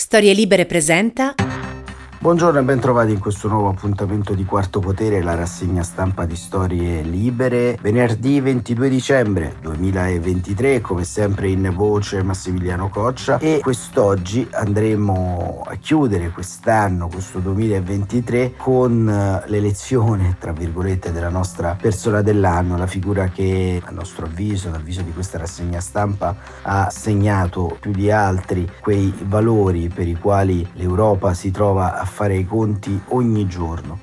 Storie Libere presenta. Buongiorno e ben trovati in questo nuovo appuntamento di Quarto Potere, la rassegna stampa di Storie Libere. Venerdì 22 dicembre 2023, come sempre in voce Massimiliano Coccia, e quest'oggi andremo a chiudere quest'anno, questo 2023, con l'elezione, tra virgolette, della nostra persona dell'anno, la figura che a nostro avviso, l'avviso di questa rassegna stampa, ha segnato più di altri quei valori per i quali l'Europa si trova a fare i conti ogni giorno.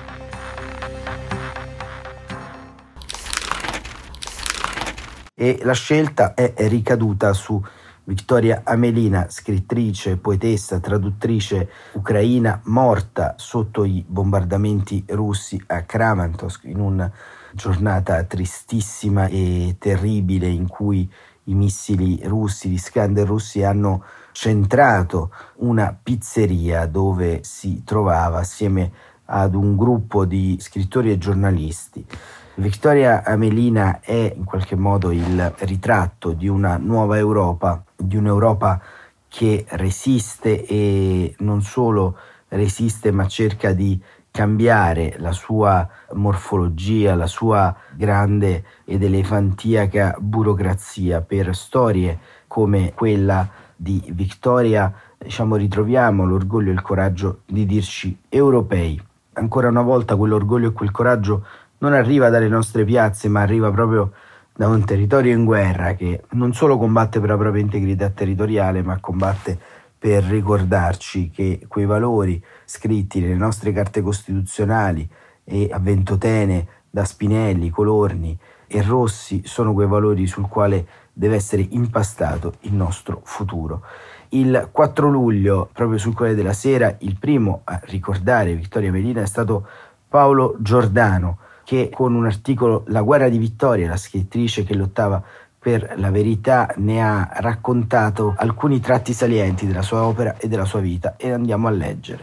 E la scelta è ricaduta su Viktoria Amelina, scrittrice, poetessa, traduttrice ucraina, morta sotto i bombardamenti russi a Kramatorsk in una giornata tristissima e terribile in cui i missili russi, gli Iskander russi hanno centrato una pizzeria dove si trovava assieme ad un gruppo di scrittori e giornalisti. Viktoria Amelina è in qualche modo il ritratto di una nuova Europa, di un'Europa che resiste e non solo resiste ma cerca di cambiare la sua morfologia, la sua grande ed elefantiaca burocrazia. Per storie come quella di Viktoria, ritroviamo l'orgoglio e il coraggio di dirci europei. Ancora una volta quell'orgoglio e quel coraggio non arriva dalle nostre piazze, ma arriva proprio da un territorio in guerra che non solo combatte per la propria integrità territoriale, ma combatte per ricordarci che quei valori scritti nelle nostre carte costituzionali e a Ventotene da Spinelli, Colorni e Rossi sono quei valori sul quale deve essere impastato il nostro futuro. Il 4 luglio, proprio sul Corriere della Sera, il primo a ricordare Viktoria Amelina è stato Paolo Giordano, che con un articolo La guerra di Vittoria, la scrittrice che lottava per la verità, ne ha raccontato alcuni tratti salienti della sua opera e della sua vita, e andiamo a leggere.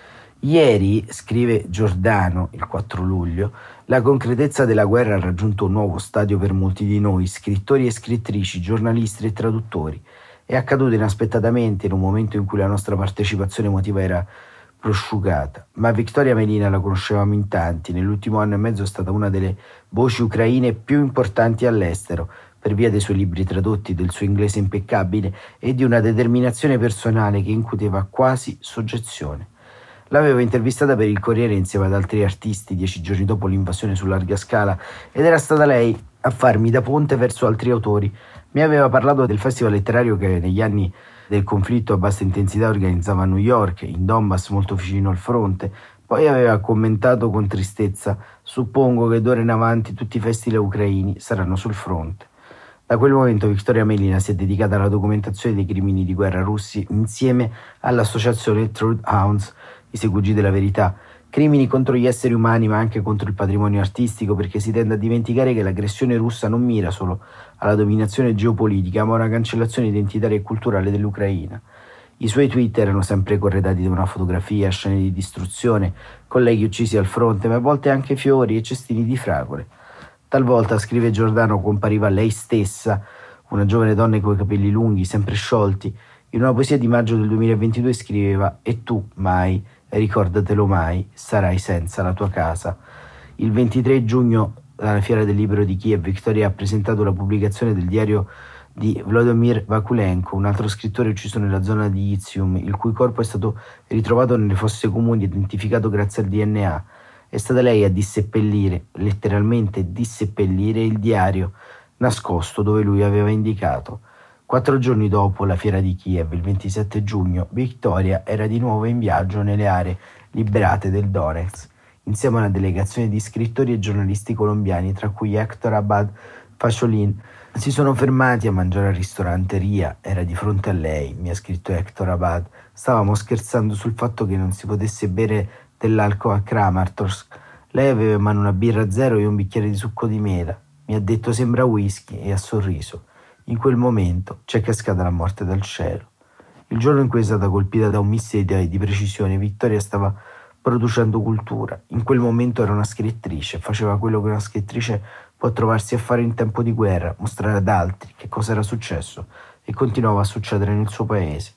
Ieri, scrive Giordano il 4 luglio, la concretezza della guerra ha raggiunto un nuovo stadio per molti di noi, scrittori e scrittrici, giornalisti e traduttori. È accaduto inaspettatamente in un momento in cui la nostra partecipazione emotiva era prosciugata. Ma Viktoria Amelina la conoscevamo in tanti. Nell'ultimo anno e mezzo è stata una delle voci ucraine più importanti all'estero, per via dei suoi libri tradotti, del suo inglese impeccabile e di una determinazione personale che incuteva quasi soggezione. L'avevo intervistata per il Corriere insieme ad altri artisti 10 giorni dopo l'invasione su larga scala ed era stata lei a farmi da ponte verso altri autori. Mi aveva parlato del festival letterario che negli anni del conflitto a bassa intensità organizzava a New York, in Donbass molto vicino al fronte. Poi aveva commentato con tristezza: suppongo che d'ora in avanti tutti i festival ucraini saranno sul fronte. Da quel momento Viktoria Amelina si è dedicata alla documentazione dei crimini di guerra russi insieme all'associazione Truth Hounds, i segugi della verità, crimini contro gli esseri umani ma anche contro il patrimonio artistico, perché si tende a dimenticare che l'aggressione russa non mira solo alla dominazione geopolitica ma a una cancellazione identitaria e culturale dell'Ucraina. I suoi tweet erano sempre corredati da una fotografia, scene di distruzione, colleghi uccisi al fronte, ma a volte anche fiori e cestini di fragole. Talvolta, scrive Giordano, compariva lei stessa, una giovane donna coi capelli lunghi, sempre sciolti. In una poesia di maggio del 2022 scriveva: «E tu, mai, ricordatelo mai, sarai senza la tua casa». Il 23 giugno, alla Fiera del Libro di Kiev, Viktoria ha presentato la pubblicazione del diario di Volodymyr Vakulenko, un altro scrittore ucciso nella zona di Izium, il cui corpo è stato ritrovato nelle fosse comuni, identificato grazie al DNA. È stata lei a disseppellire, letteralmente disseppellire, il diario nascosto dove lui aveva indicato. 4 giorni dopo la fiera di Kiev, il 27 giugno, Viktoria era di nuovo in viaggio nelle aree liberate del Donetsk, insieme a una delegazione di scrittori e giornalisti colombiani, tra cui Héctor Abad Facholin. Si sono fermati a mangiare al ristorante Ria. Era di fronte a lei, mi ha scritto Héctor Abad. Stavamo scherzando sul fatto che non si potesse bere dell'alcol a Kramatorsk. Lei aveva in mano una birra zero e un bicchiere di succo di mela. Mi ha detto: sembra whisky, e ha sorriso. In quel momento c'è cascata la morte dal cielo. Il giorno in cui è stata colpita da un missile di precisione, Viktoria stava producendo cultura. In quel momento era una scrittrice, faceva quello che una scrittrice può trovarsi a fare in tempo di guerra, mostrare ad altri che cosa era successo e continuava a succedere nel suo paese.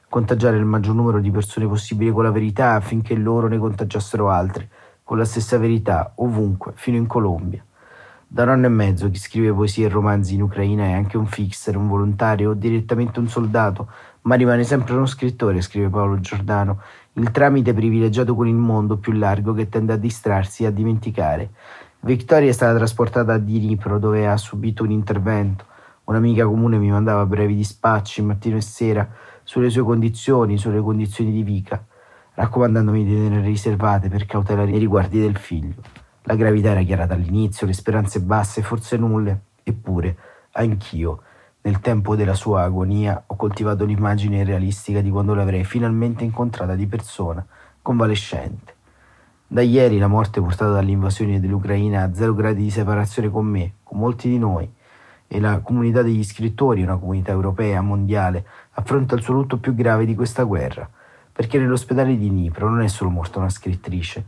contagiare il maggior numero di persone possibile con la verità affinché loro ne contagiassero altri, con la stessa verità, ovunque, fino in Colombia. Da un anno e mezzo chi scrive poesie e romanzi in Ucraina è anche un fixer, un volontario o direttamente un soldato, ma rimane sempre uno scrittore, scrive Paolo Giordano, il tramite privilegiato con il mondo più largo che tende a distrarsi e a dimenticare. Victoria è stata trasportata a Dnipro, dove ha subito un intervento. Un'amica comune mi mandava brevi dispacci mattino e sera sulle sue condizioni, sulle condizioni di Vika, raccomandandomi di tenere riservate per cautela nei riguardi del figlio. La gravità era chiara dall'inizio, le speranze basse, forse nulle, eppure anch'io, nel tempo della sua agonia, ho coltivato l'immagine realistica di quando l'avrei finalmente incontrata di persona, convalescente. Da ieri la morte portata dall'invasione dell'Ucraina a 0 gradi di separazione con me, con molti di noi, e la comunità degli scrittori, una comunità europea, mondiale, affronta il suo lutto più grave di questa guerra, perché nell'ospedale di Dnipro non è solo morta una scrittrice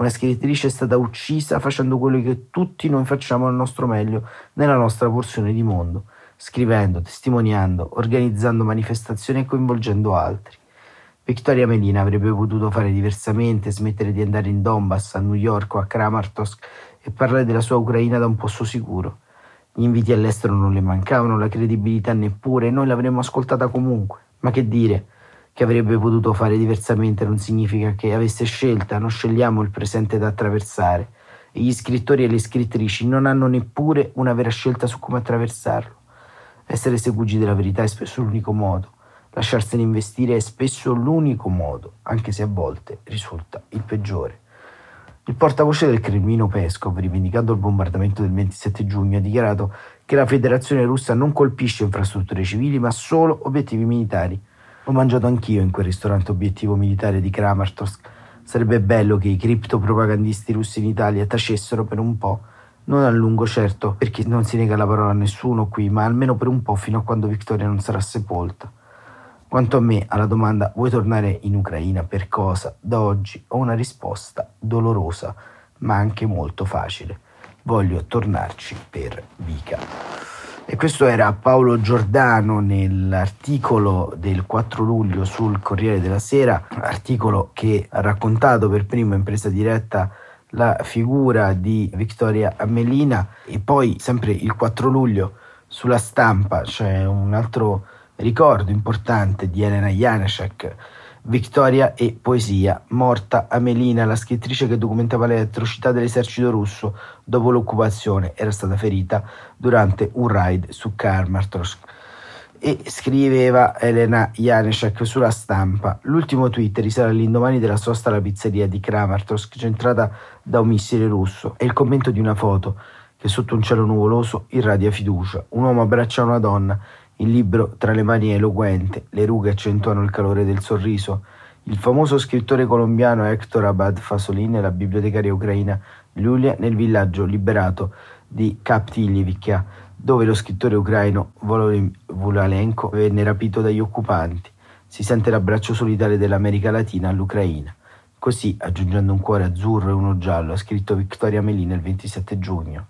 è stata uccisa facendo quello che tutti noi facciamo al nostro meglio nella nostra porzione di mondo, scrivendo, testimoniando, organizzando manifestazioni e coinvolgendo altri. Victoria Amelina avrebbe potuto fare diversamente, smettere di andare in Donbass, a New York o a Kramatorsk e parlare della sua Ucraina da un posto sicuro. Gli inviti all'estero non le mancavano, la credibilità neppure, e noi l'avremmo ascoltata comunque. Ma che dire? Che avrebbe potuto fare diversamente non significa che avesse scelta, non scegliamo il presente da attraversare. E gli scrittori e le scrittrici non hanno neppure una vera scelta su come attraversarlo. Essere segugi della verità è spesso l'unico modo. Lasciarsene investire è spesso l'unico modo, anche se a volte risulta il peggiore. Il portavoce del Cremlino Peskov, rivendicando il bombardamento del 27 giugno, ha dichiarato che la Federazione Russa non colpisce infrastrutture civili, ma solo obiettivi militari. Ho mangiato anch'io in quel ristorante obiettivo militare di Kramatorsk. Sarebbe bello che i criptopropagandisti russi in Italia tacessero per un po', non a lungo certo, perché non si nega la parola a nessuno qui, ma almeno per un po' fino a quando Victoria non sarà sepolta. Quanto a me, alla domanda vuoi tornare in Ucraina per cosa, da oggi ho una risposta dolorosa, ma anche molto facile. Voglio tornarci per Vika. E questo era Paolo Giordano nell'articolo del 4 luglio sul Corriere della Sera, articolo che ha raccontato per primo in presa diretta la figura di Victoria Amelina. E poi sempre il 4 luglio sulla Stampa c'è un altro ricordo importante di Elena Janešek, Victoria e poesia, morta Amelina, la scrittrice che documentava le atrocità dell'esercito russo dopo l'occupazione, era stata ferita durante un raid su Kramatorsk. E scriveva Elena Janešek sulla Stampa: l'ultimo tweet risale all'indomani della sosta alla pizzeria di Kramatorsk centrata da un missile russo, e il commento di una foto che sotto un cielo nuvoloso irradia fiducia. Un uomo abbraccia una donna, il libro tra le mani è eloquente, le rughe accentuano il calore del sorriso. Il famoso scrittore colombiano Héctor Abad Fasolin e la bibliotecaria ucraina Yulia nel villaggio liberato di Kaptilivka, dove lo scrittore ucraino Volodymyr Vulalenko venne rapito dagli occupanti. Si sente l'abbraccio solitario dell'America Latina all'Ucraina. Così, aggiungendo un cuore azzurro e uno giallo, ha scritto Victoria Amelina il 27 giugno.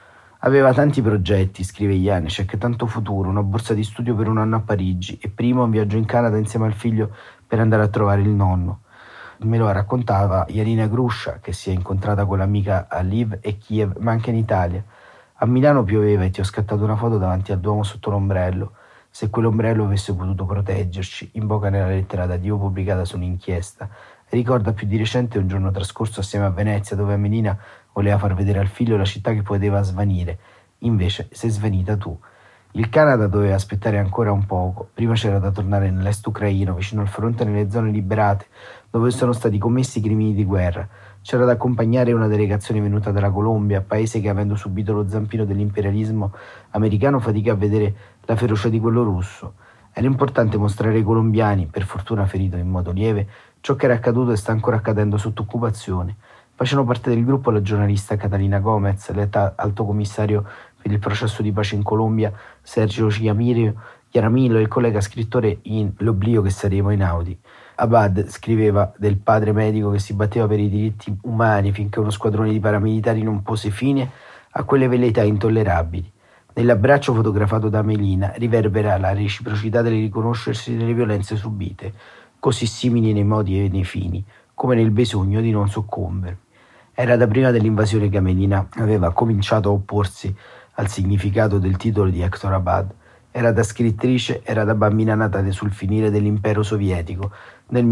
Aveva tanti progetti, scrive Janešek, tanto futuro, una borsa di studio per un anno a Parigi e prima un viaggio in Canada insieme al figlio per andare a trovare il nonno. Me lo raccontava Yarina Grusha, che si è incontrata con l'amica a Lviv e Kiev, ma anche in Italia. A Milano pioveva e ti ho scattato una foto davanti al Duomo sotto l'ombrello. Se quell'ombrello avesse potuto proteggerci, invoca nella lettera da Dio pubblicata su un'inchiesta. Ricorda più di recente un giorno trascorso assieme a Venezia, dove Amelina voleva far vedere al figlio la città che poteva svanire. Invece sei svanita tu. Il Canada doveva aspettare ancora un poco. Prima c'era da tornare nell'est ucraino, vicino al fronte, nelle zone liberate, dove sono stati commessi crimini di guerra. C'era da accompagnare una delegazione venuta dalla Colombia, paese che, avendo subito lo zampino dell'imperialismo americano, fatica a vedere la ferocia di quello russo. Era importante mostrare ai colombiani, per fortuna ferito in modo lieve, ciò che era accaduto e sta ancora accadendo sotto occupazione. Facevano parte del gruppo la giornalista Catalina Gomez, l'eletta alto commissario per il processo di pace in Colombia Sergio Jaramillo e il collega scrittore in L'oblio che saremo in Audi. Abad scriveva del padre medico che si batteva per i diritti umani finché uno squadrone di paramilitari non pose fine a quelle velleità intollerabili. Nell'abbraccio fotografato da Melina riverbera la reciprocità del riconoscersi nelle violenze subite, così simili nei modi e nei fini, come nel bisogno di non soccombere. Era da prima dell'invasione che Melina aveva cominciato a opporsi al significato del titolo di Hector Abad. Era da scrittrice, era da bambina nata sul finire dell'impero sovietico nel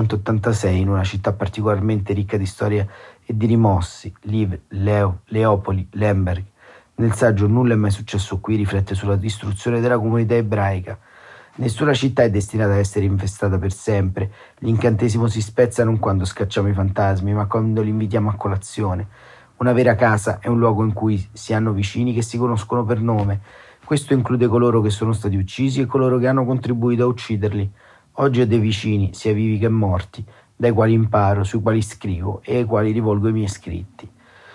1986 in una città particolarmente ricca di storia e di rimossi, Lviv, Leopoli, Lemberg. Nel saggio Nulla è mai successo qui riflette sulla distruzione della comunità ebraica. Nessuna città è destinata a essere infestata per sempre. L'incantesimo si spezza non quando scacciamo i fantasmi, ma quando li invitiamo a colazione. Una vera casa è un luogo in cui si hanno vicini che si conoscono per nome. Questo include coloro che sono stati uccisi e coloro che hanno contribuito a ucciderli. Oggi ho dei vicini, sia vivi che morti, dai quali imparo, sui quali scrivo e ai quali rivolgo i miei scritti.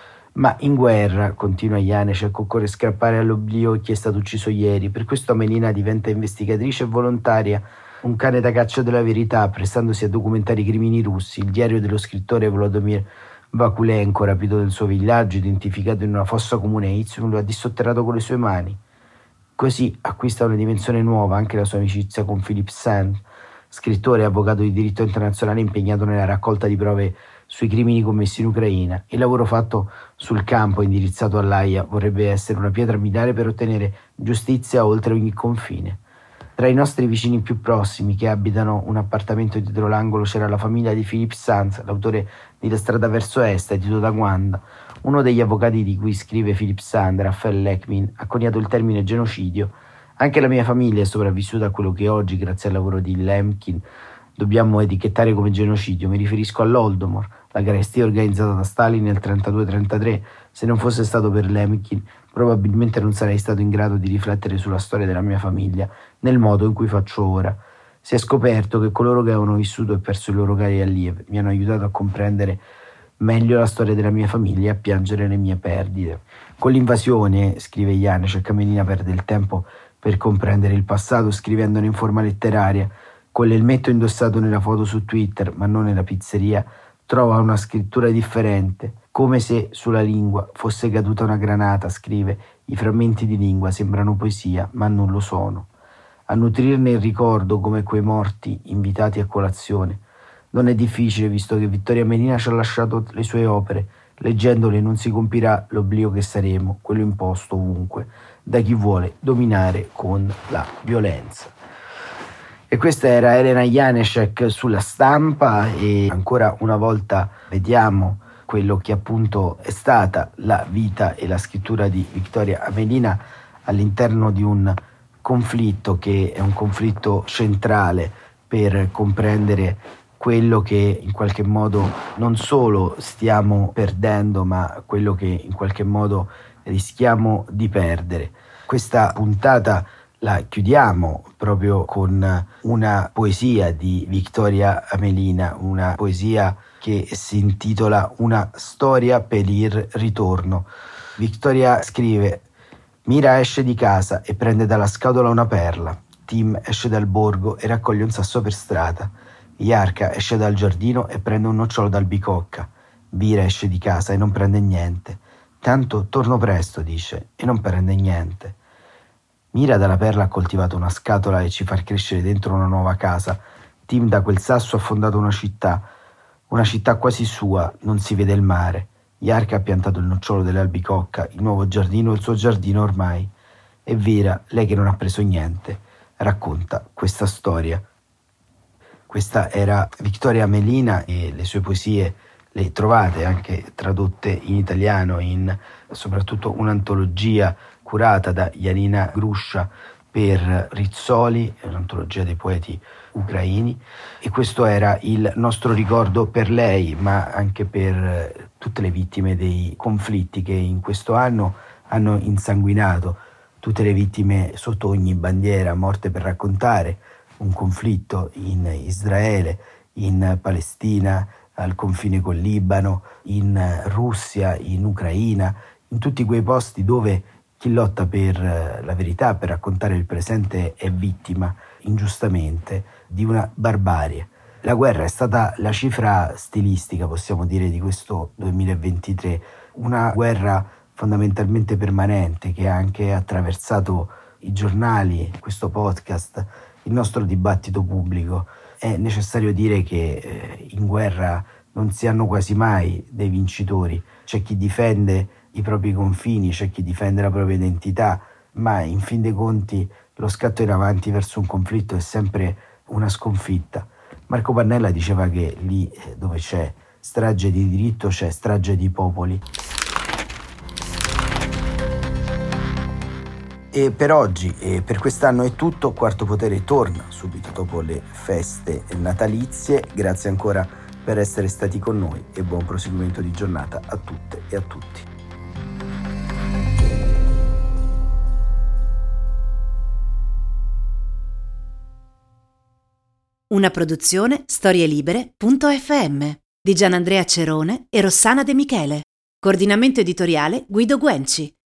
Ma in guerra, continua Janecek, occorre scappare all'oblio chi è stato ucciso ieri. Per questo Melina diventa investigatrice e volontaria, un cane da caccia della verità, prestandosi a documentare i crimini russi. Il diario dello scrittore Volodymyr Vakulenko, rapito del suo villaggio, identificato in una fossa comune a Izium, lo ha dissotterrato con le sue mani. Così acquista una dimensione nuova anche la sua amicizia con Philip Sand, scrittore e avvocato di diritto internazionale impegnato nella raccolta di prove sui crimini commessi in Ucraina. Il lavoro fatto sul campo indirizzato all'Aia vorrebbe essere una pietra miliare per ottenere giustizia oltre ogni confine. Tra i nostri vicini più prossimi che abitano un appartamento dietro l'angolo c'era la famiglia di Philip Sands, l'autore di La strada verso est, edito da Guanda. Uno degli avvocati di cui scrive Philip Sand, Raphael Lekmin, ha coniato il termine genocidio. Anche la mia famiglia è sopravvissuta a quello che oggi, grazie al lavoro di Lemkin, dobbiamo etichettare come genocidio. Mi riferisco all'Holodomor, la carestia organizzata da Stalin nel 1932-1933. Se non fosse stato per Lemkin, probabilmente non sarei stato in grado di riflettere sulla storia della mia famiglia nel modo in cui faccio ora. Si è scoperto che coloro che avevano vissuto e perso i loro cari a Lviv mi hanno aiutato a comprendere meglio la storia della mia famiglia e a piangere le mie perdite. Con l'invasione, scrive Janecek, Melina perde il tempo per comprendere il passato scrivendone in forma letteraria. Con l'elmetto indossato nella foto su Twitter, ma non nella pizzeria, trova una scrittura differente, come se sulla lingua fosse caduta una granata, scrive. I frammenti di lingua sembrano poesia, ma non lo sono. A nutrirne il ricordo come quei morti invitati a colazione. Non è difficile, visto che Vittoria Melina ci ha lasciato le sue opere. Leggendole non si compirà l'oblio che saremo, quello imposto ovunque, da chi vuole dominare con la violenza. E questa era Elena Janecek sulla Stampa, e ancora una volta vediamo quello che appunto è stata la vita e la scrittura di Victoria Amelina all'interno di un conflitto che è un conflitto centrale per comprendere quello che in qualche modo non solo stiamo perdendo, ma quello che in qualche modo rischiamo di perdere. Questa puntata la chiudiamo proprio con una poesia di Victoria Amelina, una poesia che si intitola Una storia per il ritorno. Victoria scrive: Mira esce di casa e prende dalla scatola una perla. Tim esce dal borgo e raccoglie un sasso per strada. Yarka esce dal giardino e prende un nocciolo d'albicocca. Vira esce di casa e non prende niente. Tanto torno presto, dice, e non prende niente. Mira dalla perla ha coltivato una scatola e ci fa crescere dentro una nuova casa. Tim da quel sasso ha fondato una città quasi sua, non si vede il mare. Yarka ha piantato il nocciolo dell'albicocca, il nuovo giardino, il suo giardino ormai. E Vera, lei che non ha preso niente, racconta questa storia. Questa era Victoria Amelina e le sue poesie le trovate anche tradotte in italiano in soprattutto un'antologia curata da Janina Gruscia per Rizzoli, un'antologia dei poeti ucraini, e questo era il nostro ricordo per lei, ma anche per tutte le vittime dei conflitti che in questo anno hanno insanguinato, tutte le vittime sotto ogni bandiera morte per raccontare un conflitto in Israele, in Palestina, al confine col Libano, in Russia, in Ucraina, in tutti quei posti dove chi lotta per la verità, per raccontare il presente, è vittima ingiustamente di una barbarie. La guerra è stata la cifra stilistica, possiamo dire, di questo 2023, una guerra fondamentalmente permanente che ha anche attraversato i giornali, questo podcast, il nostro dibattito pubblico. È necessario dire che in guerra non si hanno quasi mai dei vincitori. C'è chi difende i propri confini, c'è chi difende la propria identità, ma in fin dei conti lo scatto in avanti verso un conflitto è sempre una sconfitta. Marco Pannella diceva che lì dove c'è strage di diritto c'è strage di popoli. E per oggi e per quest'anno è tutto. Quarto Potere torna subito dopo le feste natalizie. Grazie ancora per essere stati con noi e buon proseguimento di giornata a tutte e a tutti. Una produzione storielibere.fm di Gianandrea Cerone e Rossana De Michele. Coordinamento editoriale Guido Guenci.